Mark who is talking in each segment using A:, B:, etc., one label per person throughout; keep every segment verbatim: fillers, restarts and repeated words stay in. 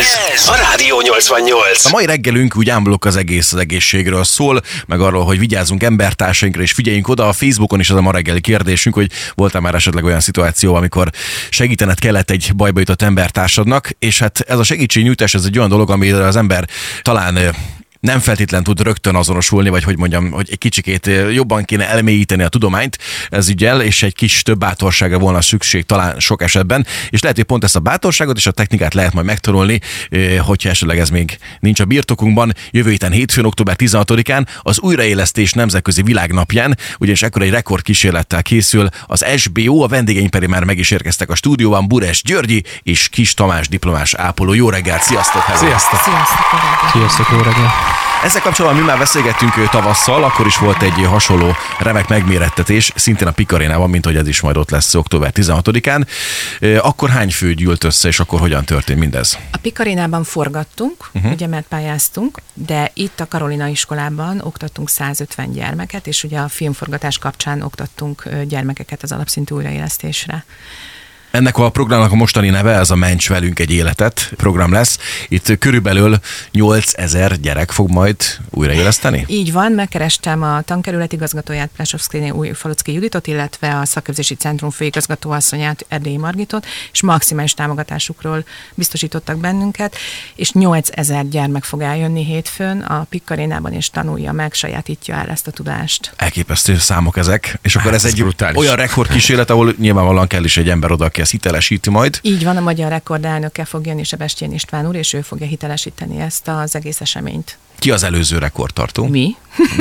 A: Ez a Rádió nyolcvannyolc.
B: A mai reggelünk úgy ámblok az egész az egészségről szól, meg arról, hogy vigyázzunk embertársainkra, és figyeljünk oda. A Facebookon is az a ma reggeli kérdésünk, hogy voltál már esetleg olyan szituáció, amikor segítened kellett egy bajba jutott embertársadnak, és hát ez a segítségnyújtás, ez egy olyan dolog, amire az ember talán nem feltétlen tud rögtön azonosulni, vagy hogy mondjam, hogy egy kicsikét jobban kéne elmélyíteni a tudományt ez ügyel, és egy kis több bátorságra volna szükség talán sok esetben, és lehet, hogy pont ezt a bátorságot és a technikát lehet majd megtanulni, hogyha esetleg ez még nincs a birtokunkban. Jövő héten hétfőn, október tizenhatodikán az újraélesztés nemzetközi világnapján, ugyanis ekkor egy rekordkísérlettel készül az es bé o, a vendégeink pedig már meg is érkeztek a stúdióban, Bures Györgyi és Kis Tamás diplomás ápoló. Jó reggelt, sziasztok! Hello.
C: Sziasztok!
D: Sziasztok!
C: Sziasztok, jó reggelt!
B: Ezzel kapcsolatban mi már beszélgettünk tavasszal, akkor is volt egy hasonló remek megmérettetés, szintén a Pikarénában, mint hogy ez is majd ott lesz október tizenhatodikán. Akkor hány fő gyűlt össze, és akkor hogyan történt mindez?
D: A Pikarénában forgattunk, uh-huh. ugye, mert pályáztunk, de itt a Karolina iskolában oktattunk százötven gyermeket, és ugye a filmforgatás kapcsán oktattunk gyermekeket az alapszintű újraélesztésre.
B: Ennek a programnak a mostani neve, ez a Ments velünk egy életet program lesz. Itt körülbelül nyolcezer gyerek fog majd újraéleszteni?
D: Így van, megkerestem a tankerület igazgatóját, Plásovszky Újfalucki Juditot, illetve a szakképzési centrum főigazgatóasszonyát, Erdélyi Margitot, és maximális támogatásukról biztosítottak bennünket, és nyolcezer gyermek fog eljönni hétfőn a Pikarénában, és tanulja meg, sajátítja el ezt a tudást.
B: Elképesztő számok ezek, és akkor ez, ez egy
C: brutális.
B: Olyan rekordkísérlet, ahol nyilvánvalóan kell is egy ember oda, aki ezt hitelesíti majd.
D: Így van, a magyar rekord elnöke fog jönni, Sebestyén István úr, és ő fogja hitelesíteni ezt az egész eseményt.
B: Ki az előző rekordtartó?
D: Mi?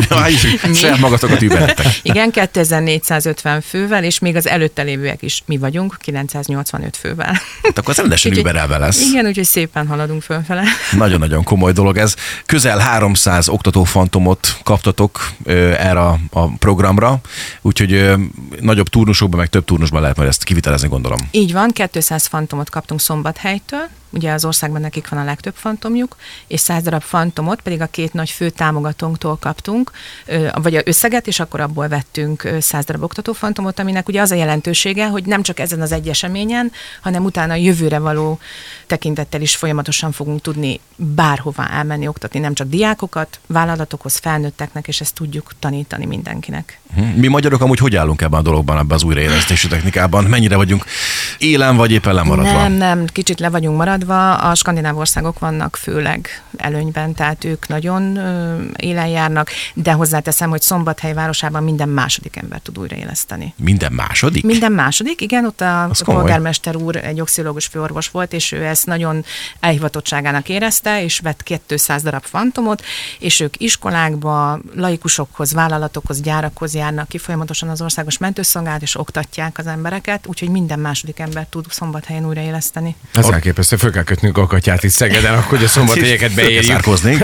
B: Mi? Saját magatokat überettek.
D: Igen, kétezer-négyszázötven fővel, és még az előtte lévőek is mi vagyunk, kilencszáznyolcvanöt fővel.
B: Hát akkor az rendesen überelve lesz.
D: Igen, úgyhogy szépen haladunk fölfele.
B: Nagyon-nagyon komoly dolog ez. Közel háromszáz oktatófantomot kaptatok ö, erre a, a programra, úgyhogy ö, nagyobb turnusokban, meg több turnusban lehet majd ezt kivitelezni, gondolom.
D: Így van, kétszáz fantomot kaptunk Szombathelytől, ugye az országban nekik van a legtöbb fantomjuk, és száz darab fantomot pedig a két nagy fő támogatónktól kaptunk, vagy összeget, és akkor abból vettünk száz darab oktatófantomot, aminek ugye az a jelentősége, hogy nem csak ezen az egy eseményen, hanem utána a jövőre való tekintettel is folyamatosan fogunk tudni bárhová elmenni oktatni, nem csak diákokat, vállalatokhoz, felnőtteknek, és ezt tudjuk tanítani mindenkinek.
B: Mi magyarok amúgy hogy állunk ebben a dologban, ebben az újraélesztési technikában? Mennyire vagyunk élen, vagy éppen lemaradva?
D: Nem, nem, kicsit le vagyunk maradva. A skandináv országok vannak főleg előnyben, tehát ők nagyon ö, élen járnak, de hozzáteszem, hogy Szombathely városában minden második ember tud újraéleszteni.
B: Minden második?
D: Minden második, igen, ott a, a
B: komoly.
D: polgármester úr egy oxilológus főorvos volt, és ő ezt nagyon elhivatottságának érezte, és vett kétszáz darab fantomot, és ők iskolákba, laikusokhoz, vállalatokhoz, gyárakhoz járnak ki folyamatosan az országos mentőszolgálat, és oktatják az embereket, úgyhogy minden második ember tud Szombathelyen újraéleszteni.
C: Ez elképesztő, föl kell kötnünk a katyát itt Szegeden, akkor a szombathelyeket beérjük.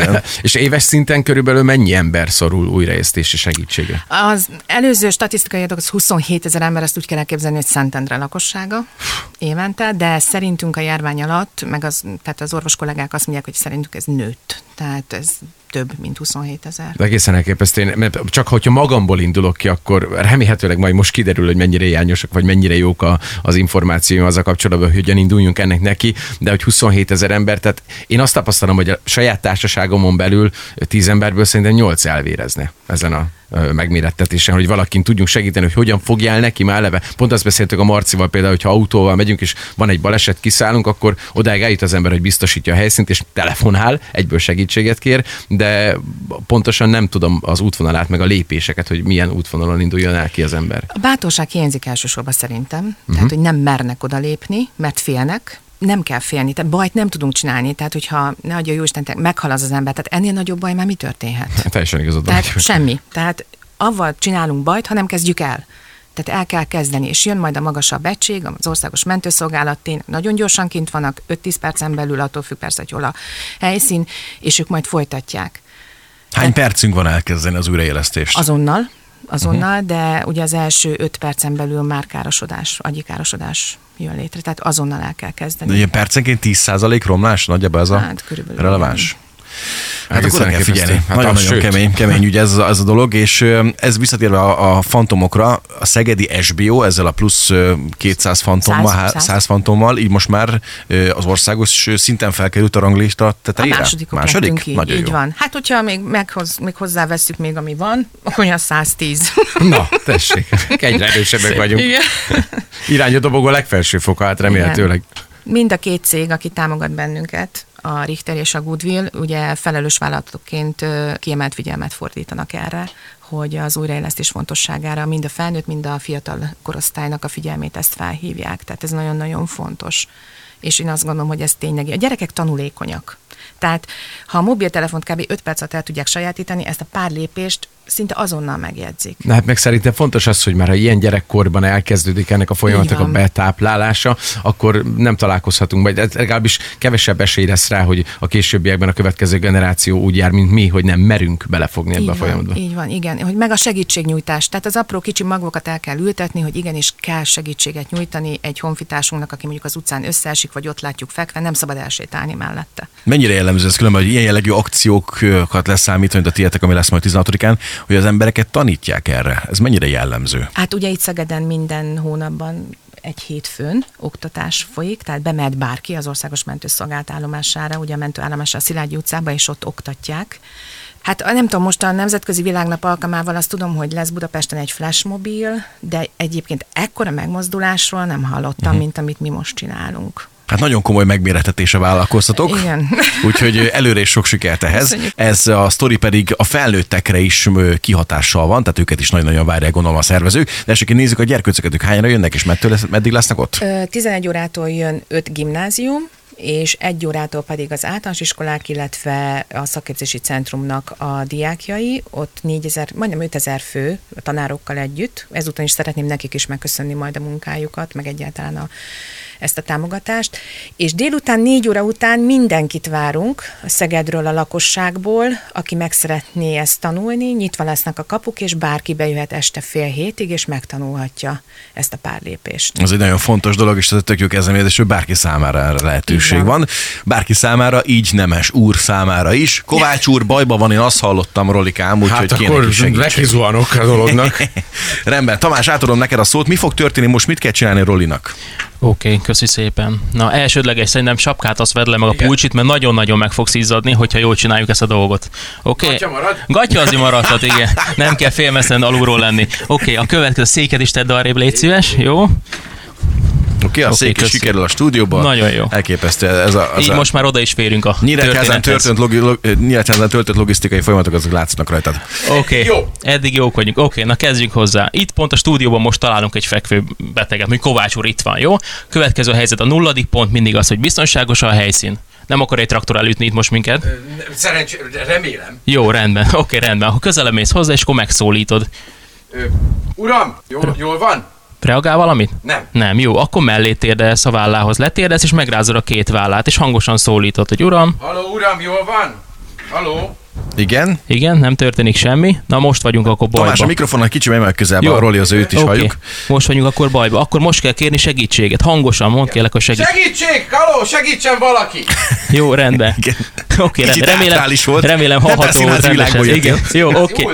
C: És éves szinten körülbelül mennyi ember szorul újraélesztési segítségre?
D: Az előző statisztikai adatok, az huszonhétezer ember, ezt úgy kell elképzelni, hogy Szentendre lakossága évente, de szerintünk a járvány alatt, meg az, tehát az orvos kollégák azt mondják, hogy szerintük ez nőtt. Tehát ez több, mint huszonhétezer. De
C: egészen elképesztő. Mert csak hogyha magamból indulok ki, akkor remélhetőleg majd most kiderül, hogy mennyire hiányosak, vagy mennyire jók a, az információim azzal kapcsolatban, hogy hogyan induljunk ennek neki, de hogy huszonhétezer ember, tehát én azt tapasztalom, hogy a saját társaságomon belül tíz emberből szerintem nyolc elvérezne ezen a megmérettetésen, hogy valakin tudjunk segíteni, hogy hogyan fogjál neki már eleve. Pont azt beszéltük a Marcival például, hogy ha autóval megyünk, és van egy baleset, kiszállunk, akkor odáig eljut az ember, hogy biztosítja a helyszínt, és telefonál, egyből segítséget kér, de pontosan nem tudom az útvonalát, meg a lépéseket, hogy milyen útvonalon induljon el ki az ember.
D: A bátorság hiányzik elsősorban szerintem,
C: uh-huh.
D: tehát, hogy nem mernek oda lépni, mert félnek, nem kell félni, tehát bajt nem tudunk csinálni, tehát hogyha ne adja Jóisten, meghal az az ember, tehát ennél nagyobb baj már mi történhet?
C: Teljesen igazad.
D: Tehát semmi. Tehát avval csinálunk bajt, ha nem kezdjük el. Tehát el kell kezdeni, és jön majd a magasabb egység, az országos mentőszolgálat, tényleg nagyon gyorsan kint vannak, öt-tíz percen belül, attól függ persze, hogy hol a helyszín, és ők majd folytatják.
B: Hány
D: De
B: percünk van elkezdeni az újraélesztést?
D: Azonnal, azonnal, uh-huh. de ugye az első öt percen belül már károsodás, agyi károsodás jön létre, tehát azonnal el kell kezdeni.
B: De ilyen percenként tíz százalék romlás nagyjából ez a
D: hát,
B: releváns? Hát akkor kell figyelni.
C: Hát
B: Nagyon-nagyon kemény, kemény ügy ez, ez a dolog, és ez visszatérve a, a fantomokra, a szegedi es bé o ezzel a plusz kétszáz fantommal, száz fantommal, így most már az országos szinten felkerült a ranglista tetejére?
D: A másodikok
B: Második?
D: lettünk így,
B: Nagyon
D: így
B: jó.
D: van. Hát, hogyha még, meghoz, még hozzáveszünk még, ami van, akkor olyan száz tíz.
C: Na, tessék, egyre erősebbek vagyunk.
D: Igen.
C: Irány a dobogó legfelső foka, hát remélhetőleg.
D: Mind a két cég, aki támogat bennünket, a Richter és a Goodwill, ugye felelős vállalatokként kiemelt figyelmet fordítanak erre, hogy az újraélesztés fontosságára mind a felnőtt, mind a fiatal korosztálynak a figyelmét ezt felhívják. Tehát ez nagyon-nagyon fontos. És én azt gondolom, hogy ez tényleg. A gyerekek tanulékonyak. Tehát ha a mobiltelefont kb. öt perc alatt el tudják sajátítani, ezt a pár lépést szinte azonnal megjegyzik.
C: Na hát meg szerintem fontos az, hogy már ha ilyen gyerekkorban elkezdődik ennek a folyamatnak a betáplálása, akkor nem találkozhatunk, vagy legalábbis kevesebb esély lesz rá, hogy a későbbiekben a következő generáció úgy jár, mint mi, hogy nem merünk belefogni ebbe a folyamatba.
D: Így van, igen. Hogy meg a segítségnyújtás. Tehát az apró kicsi magvokat el kell ültetni, hogy igenis kell segítséget nyújtani egy honfitársunknak, aki mondjuk az utcán összeesik, vagy ott látjuk fekve, nem szabad elsétálni mellette.
B: Mennyire jellemző ez különben, hogy ilyen jellegű akciókat leszámítva, mint a tietek, ami lesz majd tizenhatodikán, hogy az embereket tanítják erre. Ez mennyire jellemző?
D: Hát ugye itt Szegeden minden hónapban egy hétfőn oktatás folyik, tehát bemehet bárki az Országos Mentőszolgálat állomására, ugye a mentőállomásra a Szilágyi utcába, és ott oktatják. Hát nem tudom, most a Nemzetközi Világnap alkalmával azt tudom, hogy lesz Budapesten egy flashmobil, de egyébként ekkora megmozdulásról nem hallottam, uh-huh. mint amit mi most csinálunk.
B: Hát nagyon komoly megmérettetése vállalkoztatok.
D: Igen.
B: Úgyhogy előre is sok sikert ehhez.
D: Köszönjük.
B: Ez a sztori pedig a felnőttekre is kihatással van, tehát őket is nagyon-nagyon várják, gondolom a szervezők. De esetleg nézzük a gyerkőcöket, ők hányra jönnek, és meddig lesznek ott?
D: tizenegy órától jön öt gimnázium, és egy órától pedig az általános iskolák, illetve a szakképzési centrumnak a diákjai, ott négyezer, majdnem ötezer fő a tanárokkal együtt. Ezután is szeretném nekik is megköszönni majd a munkájukat, meg egyáltalán a, ezt a támogatást. És délután négy óra után mindenkit várunk a Szegedről, a lakosságból, aki meg szeretné ezt tanulni, nyitva lesznek a kapuk, és bárki bejöhet este fél hétig, és megtanulhatja ezt a pár lépést.
B: Ez egy nagyon fontos dolog, és ez egy tök jó kezdeményezés, hogy bárki számára erre lehetőség van. Bárki számára, így Nemes úr számára is. Kovács úr bajban van, én azt hallottam, Rolikám, úgyhogy
C: hát
B: kéne
C: akkor
B: kis segítség.
C: nekizuhanok a dolognak.
B: Rendben, Tamás, átadom neked a szót. Mi fog történni most, mit kell csinálni Rolinak?
E: Oké, okay, köszi szépen. Na, elsődleges szerintem sapkát azt vedd le meg a pulcsit, mert nagyon-nagyon meg fogsz izzadni, hogyha jól csináljuk ezt a dolgot. Oké? Okay?
C: Gatya marad?
E: Gatya azért maradhat, igen. Nem kell félmeztelen alulról lenni. Oké, okay, a következő széket is tedd arrébb, légy szíves, jó?
B: Oké, okay, a szék is sikerül a stúdióban.
E: Nagyon jó.
B: Elképesztő. Ez a,
E: Így
B: a...
E: most már oda is férünk a
B: Nyíregyházán történt, logi, log, Nyíregyházán történt logisztikai folyamatok, azok látszanak rajtad.
E: Oké, okay. Jó. Eddig jók vagyunk. Oké, okay, na kezdjük hozzá. Itt pont a stúdióban most találunk egy fekvő beteget, hogy Kovács úr itt van, jó? Következő helyzet, a nulladik pont mindig az, hogy biztonságos a helyszín. Nem akar egy traktor elütni itt most minket?
C: Szerencsé, remélem.
E: Jó, rendben. Oké, okay, rendben. Ha közelebb mész hozzá, és akkor megszólítod.
C: Ö, uram, jól, jól van?
E: Reagál valamit?
C: Nem.
E: Nem, jó, akkor mellé térdelsz a vállához, letérdelsz, és megrázod a két vállát, és hangosan szólítod, hogy uram.
C: Haló, uram, jól van? Haló?
B: Igen?
E: Igen, nem történik semmi. Na most vagyunk akkor bajba.
B: Tamás, a mikrofonnal kicsi meg közelbe, a Roli az őt is
E: okay.
B: halljuk.
E: Most vagyunk akkor bajba. Akkor most kell kérni segítséget. Hangosan mondd kérlek a segítséget.
C: Segítség! Haló, segítsen valaki!
E: Jó, rendben. Oké, okay, remélem,
B: volt.
E: remélem hallható volt rendesen. Igen. Jó, oké.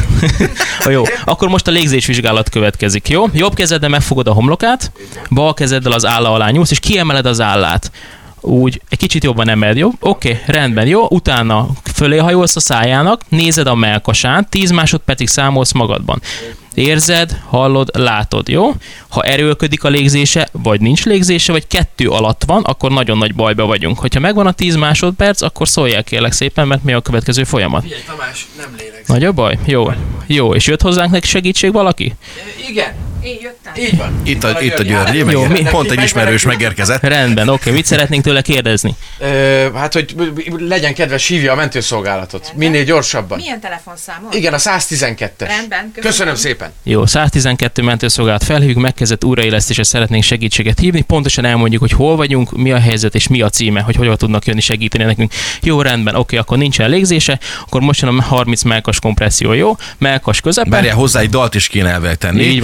E: Okay. Jó, akkor most a légzésvizsgálat következik, jó? Jobb kezeddel megfogod a homlokát, bal kezeddel az álla alá nyúlsz, és kiemeled az állát. Úgy, egy kicsit jobban emeld, jó? Oké, okay, rendben, jó? Utána fölé hajolsz a szájának, nézed a mellkasát, tíz másodpercig számolsz magadban. Érzed, hallod, látod, jó? Ha erőlködik a légzése, vagy nincs légzése, vagy kettő alatt van, akkor nagyon nagy bajba vagyunk. Hogyha megvan a tíz másodperc, akkor szóljál kérlek szépen, mert mi a következő folyamat?
C: Figyelj, Tamás, nem lélegzik.
E: Nagy a baj? Jó. Jó, és jött hozzánk neki segítség valaki?
C: Igen.
D: Én jöttem.
C: Így van.
B: Itt a, itt a György,
E: Jó, mi?
B: pont egy ismerős megérkezett.
E: Rendben, oké, okay. Mit szeretnénk tőle kérdezni?
C: Ö, hát, hogy legyen kedves, hívja a mentőszolgálatot. Rendben. Minél gyorsabban.
D: Milyen telefonszámon?
C: Igen, a száz tizenkettes.
D: Rendben, köszönöm.
C: Köszönöm szépen.
E: Jó, száz tizenkettő mentőszolgálat felhívjuk, megkezdett újraélesztésre szeretnénk segítséget hívni, pontosan elmondjuk, hogy hol vagyunk, mi a helyzet és mi a címe, hogy hogyan tudnak jönni segíteni nekünk. Jó, rendben, oké, akkor nincsen légzése, akkor most jön a harminc mellkas kompresszió, jó? Mellkas közepe.
B: Várjál, hozzá egy dalt is kéne elvel tenni.
E: Így van, könnyebb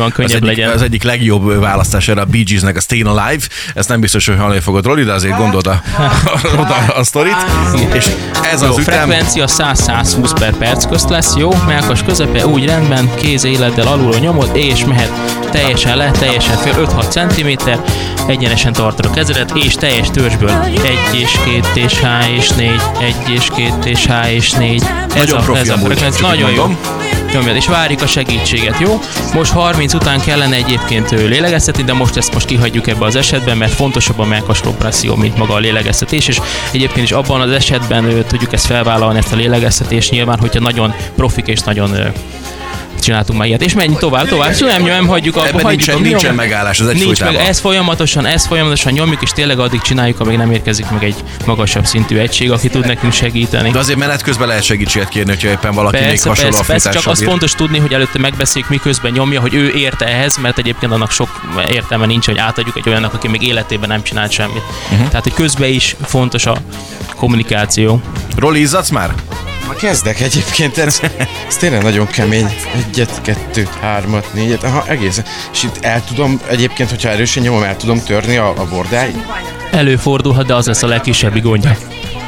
E: legyen.
B: Az egyik legjobb választás erre a Bee Geesnek a Stayin' Alive. Ezt nem biztos, hogy hallani fogod, Roli, de azért gondold a, oda a sztorit. És ez
E: Jó,
B: az ütem...
E: frekvencia száz-százhúsz per perc közt lesz, jó? Melkas közepe úgy rendben, kéz élettel alulról nyomod, és mehet teljesen le, teljesen fél, öt-hat centiméter, egyenesen tartod a kezedet, és teljes törzsből egy és két és H és négy, egy és két és H és négy. Ez
B: nagyon
E: a,
B: profi
E: ez a
B: amúgy,
E: frekvencia, nagyon jó. Nyomjad, és várjuk a segítséget, jó? Most harminc után kellene egyébként lélegeztetni, de most ezt most kihagyjuk ebbe az esetben, mert fontosabb a melkas kompresszió, mint maga a lélegeztetés, és egyébként is abban az esetben ő, tudjuk ezt felvállalni, ezt a lélegeztetést nyilván, hogyha nagyon profik és nagyon ö, csináltunk már ilyet, és menjünk tovább, tovább, nem, nem hagyjuk abba,
B: Ebben
E: hagyjuk
B: nincsen, nincsen megállás, az egy
E: Nincs meg,
B: folytában.
E: ez folyamatosan, ez folyamatosan nyomjuk, és tényleg addig csináljuk, amíg nem érkezik meg egy magasabb szintű egység, aki tud nekünk segíteni.
B: De azért menet közben lehet segítséget kérni, hogyha éppen valaki még
E: Persze,
B: hasonló
E: persze, persze, csak
B: affinitással
E: az
B: bír.
E: fontos tudni, hogy előtte megbeszéljük, miközben nyomja, hogy ő érte ehhez, mert egyébként annak sok értelme nincs, hogy átadjuk egy olyannak, aki még életében nem csinált semmit. Uh-huh. Tehát, hogy közben is fontos a kommunikáció.
B: Roli, izzadsz már?
F: Ma kezdek egyébként, ez, ez tényleg nagyon kemény. Egyet, kettőt, hármat, négyet, aha, egészen. És itt el tudom, egyébként, hogyha erősen nyomom, el tudom törni a, a bordáit?
E: Előfordulhat, de az lesz a legkisebb gondja.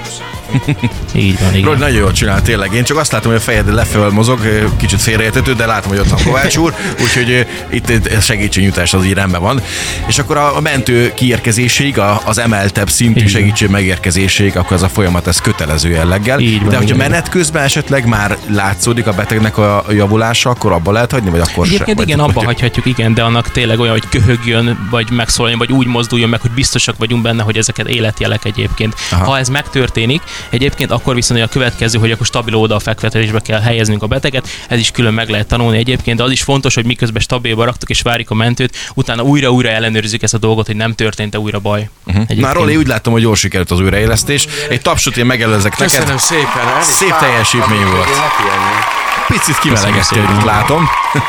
E: Így van, igen.
B: Roli nagyon jól csinál, tényleg. Én csak azt látom, hogy a fejed lefelé mozog, kicsit félreértető, de látom, hogy ott van Kovács úr, úgyhogy itt segítségnyújtás az így rendben van. És akkor a mentő kiérkezéséig, az emeltebb szintű
E: így
B: segítség megérkezéséig, akkor ez a folyamat ez kötelező jelleggel.
E: Így van,
B: de hogyha
E: igen.
B: menet közben esetleg már látszódik a betegnek a javulása, akkor abba lehet hagyni, vagy akkor
E: Egyébként
B: sem?
E: igen,
B: Vagy-
E: abba hagyhatjuk, igen, de annak tényleg olyan, hogy köhögjön, vagy megszólaljon, vagy úgy mozduljon meg, hogy biztosak vagyunk benne, hogy ezeket életjelek egyébként.
B: Aha.
E: Ha ez megtörténik, egyébként akkor viszont a következő, hogy akkor stabil oldalfekvetésbe kell helyeznünk a beteget, ez is külön meg lehet tanulni egyébként, de az is fontos, hogy miközben stabilba raktuk és várjuk a mentőt, utána újra-újra ellenőrizzük ezt a dolgot, hogy nem történt-e újra baj.
B: Uh-huh. Na, Roli, úgy látom, hogy jól sikerült az újraélesztés. Egy tapsot én megelőzek neked.
F: Köszönöm szépen. el is
B: Szép
F: várom.
B: teljesítmény volt.
F: Én nekiállnék.
B: Picit kimelegettél,
E: Köszönöm
B: itt látom.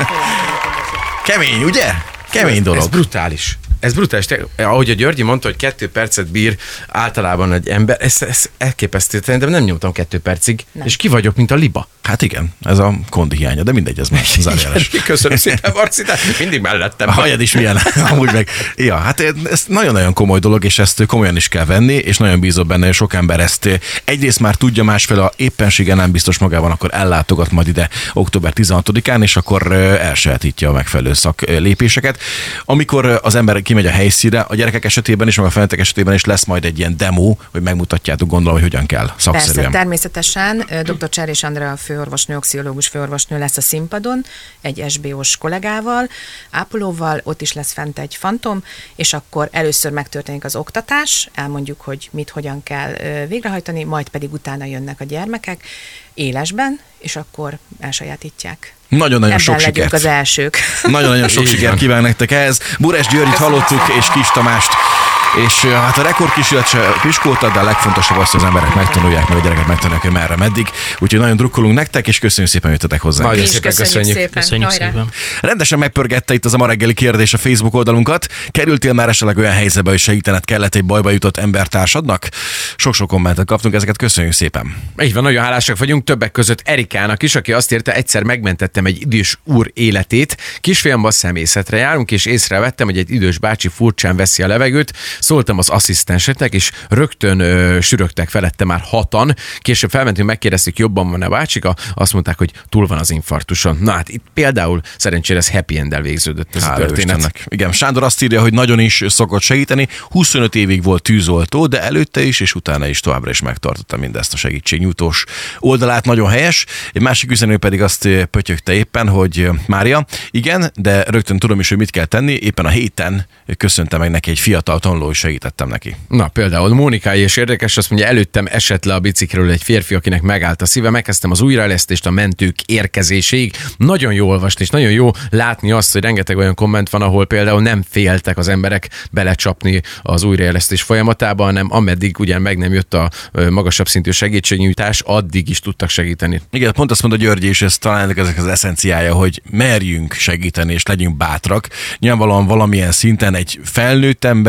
B: Kemény, ugye? Kemény dolog.
F: Ez brutális. Ez brutális. Te, ahogy a Györgyi mondta, hogy kettő percet bír általában egy ember, ez, ez elképesztő, de nem nyomtam kettő percig, nem. És ki vagyok, mint a liba.
B: Hát igen, ez a kondi hiánya, de mindegy, ez már zárójeles.
F: Köszönöm szépen, Marci, de mindig mellettem.
B: A hajad is milyen, amúgy meg. Ja, hát ez nagyon-nagyon komoly dolog, és ezt komolyan is kell venni, és nagyon bízom benne, hogy sok ember ezt egyrészt már tudja, másfél a éppensége nem biztos magában, akkor ellátogat majd ide október tizenhatodikán, és akkor elsajátítja a megfelelő szaklépéseket. Amikor az ember kimegy a helyszínre, a gyerekek esetében is, meg a felnőttek esetében is lesz majd egy ilyen demo, hogy megmutatjátok, gondolom, hogy hogyan kell szakszerűen.
D: Persze, természetesen dr. Cserés Andrea főorvosnő, oxiológus főorvosnő lesz a színpadon, egy es bé ó-s kollégával, ápolóval, ott is lesz fent egy fantom, és akkor először megtörténik az oktatás, elmondjuk, hogy mit, hogyan kell végrehajtani, majd pedig utána jönnek a gyermekek élesben, és akkor elsajátítják.
B: Nagyon-nagyon sok
D: Ebben legyünk
B: sikert.
D: az elsők.
B: Nagyon-nagyon sok sikert kívánok nektek ehhez. Burás Györgyit hallottuk, és Kis Tamást. És hát a rekordkísérlet se piskóta, de a legfontosabb az, hogy az emberek megtanulják, meg a gyerekek megtanulják, hogy merre, meddig. Úgyhogy nagyon drukkolunk nektek, és köszönjük szépen, hogy jöttetek hozzánk.
F: Nagyon
D: És
F: szépen
D: köszönjük
F: köszönjük.
D: szépen.
E: Köszönjük
D: Hajrá.
E: szépen.
B: Rendesen megpörgette itt az a ma reggeli kérdés a Facebook oldalunkat. Kerültél már esetleg olyan helyzetbe, hogy segítened kellett egy bajba jutott embertársadnak? Sok-sok kommentet kaptunk, ezeket köszönjük szépen.
C: Így van, nagyon hálásak vagyunk, többek között Erikának is, aki azt írta, egyszer megmentettem egy idős úr életét. Kisfiamban szemészetre járunk, és észrevettem, hogy egy idős bácsi furcsán veszi a levegőt. Szóltam az asszisztenseknek, és rögtön ö, sürögtek felette már hatan. Később felmentünk, megkérdeztük, jobban van a bácsika, azt mondták, hogy túl van az infarktuson. Na hát itt például szerencsére ez happy end-del végződött ez a
B: Hála
C: történet.
B: Istennek. Igen, Sándor azt írja, hogy nagyon is szokott segíteni. huszonöt évig volt tűzoltó, de előtte is és utána is továbbra is megtartotta mindezt a segítségnyújtós oldalát. Nagyon helyes. Egy másik üzenő pedig azt pötyögte éppen, hogy Mária, igen, de rögtön tudom is, hogy mit kell tenni. Éppen a héten köszönte meg neki egy fiatal tanuló, hogy segítettem neki.
C: Na például Mónikája is érdekes, azt mondja, előttem esett le a bicikről egy férfi, akinek megállt a szíve, megkezdtem az újraélesztést a mentők érkezéséig. Nagyon jó olvasni, és nagyon jó látni azt, hogy rengeteg olyan komment van, ahol például nem féltek az emberek belecsapni az újraélesztés folyamatába, hanem ameddig ugyan meg nem jött a magasabb szintű segítségnyújtás, addig is tudtak segíteni.
B: Igen, pont azt mondta György, és ez talán ezek az eszenciája, hogy merjünk segíteni, és legyünk bátrak. Nyilvánvalóan valamilyen szinten egy felnőtt ember, vagy egy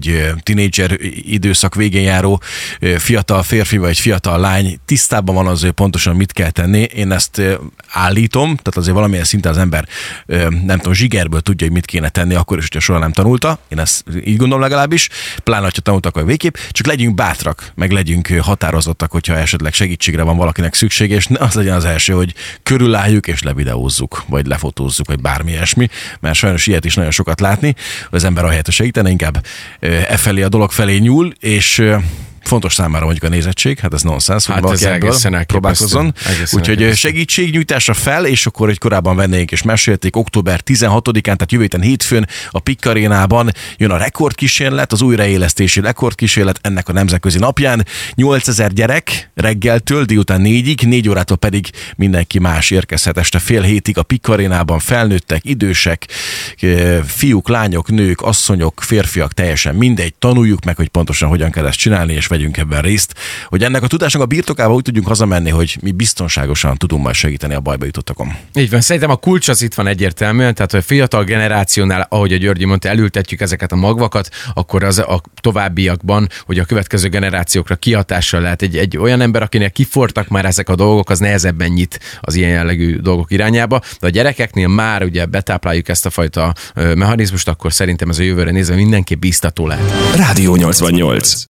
B: egy tinédzser időszak végén járó fiatal férfi vagy fiatal lány tisztában van az, hogy pontosan mit kell tenni. Én ezt állítom, tehát azért valamilyen szinten az ember nem tudom, zsigerből tudja, hogy mit kéne tenni, akkor is, hogyha soha nem tanulta. Én ezt így gondolom legalábbis, pláne, hogyha tanultak, vagy végképp, csak legyünk bátrak, meg legyünk határozottak, hogyha esetleg segítségre van valakinek szüksége, és ne az legyen az első, hogy körülálljuk és levideózzuk, vagy lefotózzuk, vagy bármi ilyesmi, mert sajnos ilyet is nagyon sokat látni, hogy az ember ahelyett, hogy segítene, inkább e felé a dolog felé nyúl, és fontos számára mondjuk a nézettség, hát ez nonsens, hogy
C: hát
B: valaki ebből próbálkozzon. Úgyhogy segítségnyújtásra fel, és akkor, hogy korábban vennénk és mesélték, október tizenhatodikán, tehát jövő héten hétfőn a Pikk Arénában jön a rekordkísérlet, az újraélesztési rekordkísérlet ennek a nemzetközi napján. nyolcezer gyerek reggeltől, délután négyig, négy órától pedig mindenki más érkezhet este fél hétig a Pikk Arénában, felnőttek, idősek, fiúk, lányok, nők, asszonyok, férfiak, teljesen mindegy, tanuljuk meg, hogy pontosan hogyan kell ezt csinálni, és vegyünk ebben részt, hogy ennek a tudásnak a birtokába úgy tudjunk hazamenni, hogy mi biztonságosan tudunk majd segíteni a bajba jutottakon.
C: Így van, szerintem a kulcs az itt van egyértelműen, tehát hogy a fiatal generációnál, ahogy a Györgyi mondta, elültetjük ezeket a magvakat, akkor az a továbbiakban, hogy a következő generációkra kihatással lehet. Egy, egy olyan ember, akinek kifortak már ezek a dolgok, az nehezebben nyit az ilyen jellegű dolgok irányába, de a gyerekeknél már ugye betápláljuk ezt a fajta mechanizmust, akkor szerintem ez a jövőre nézve mindenképp biztató lehet.
A: Rádió nyolcvannyolc.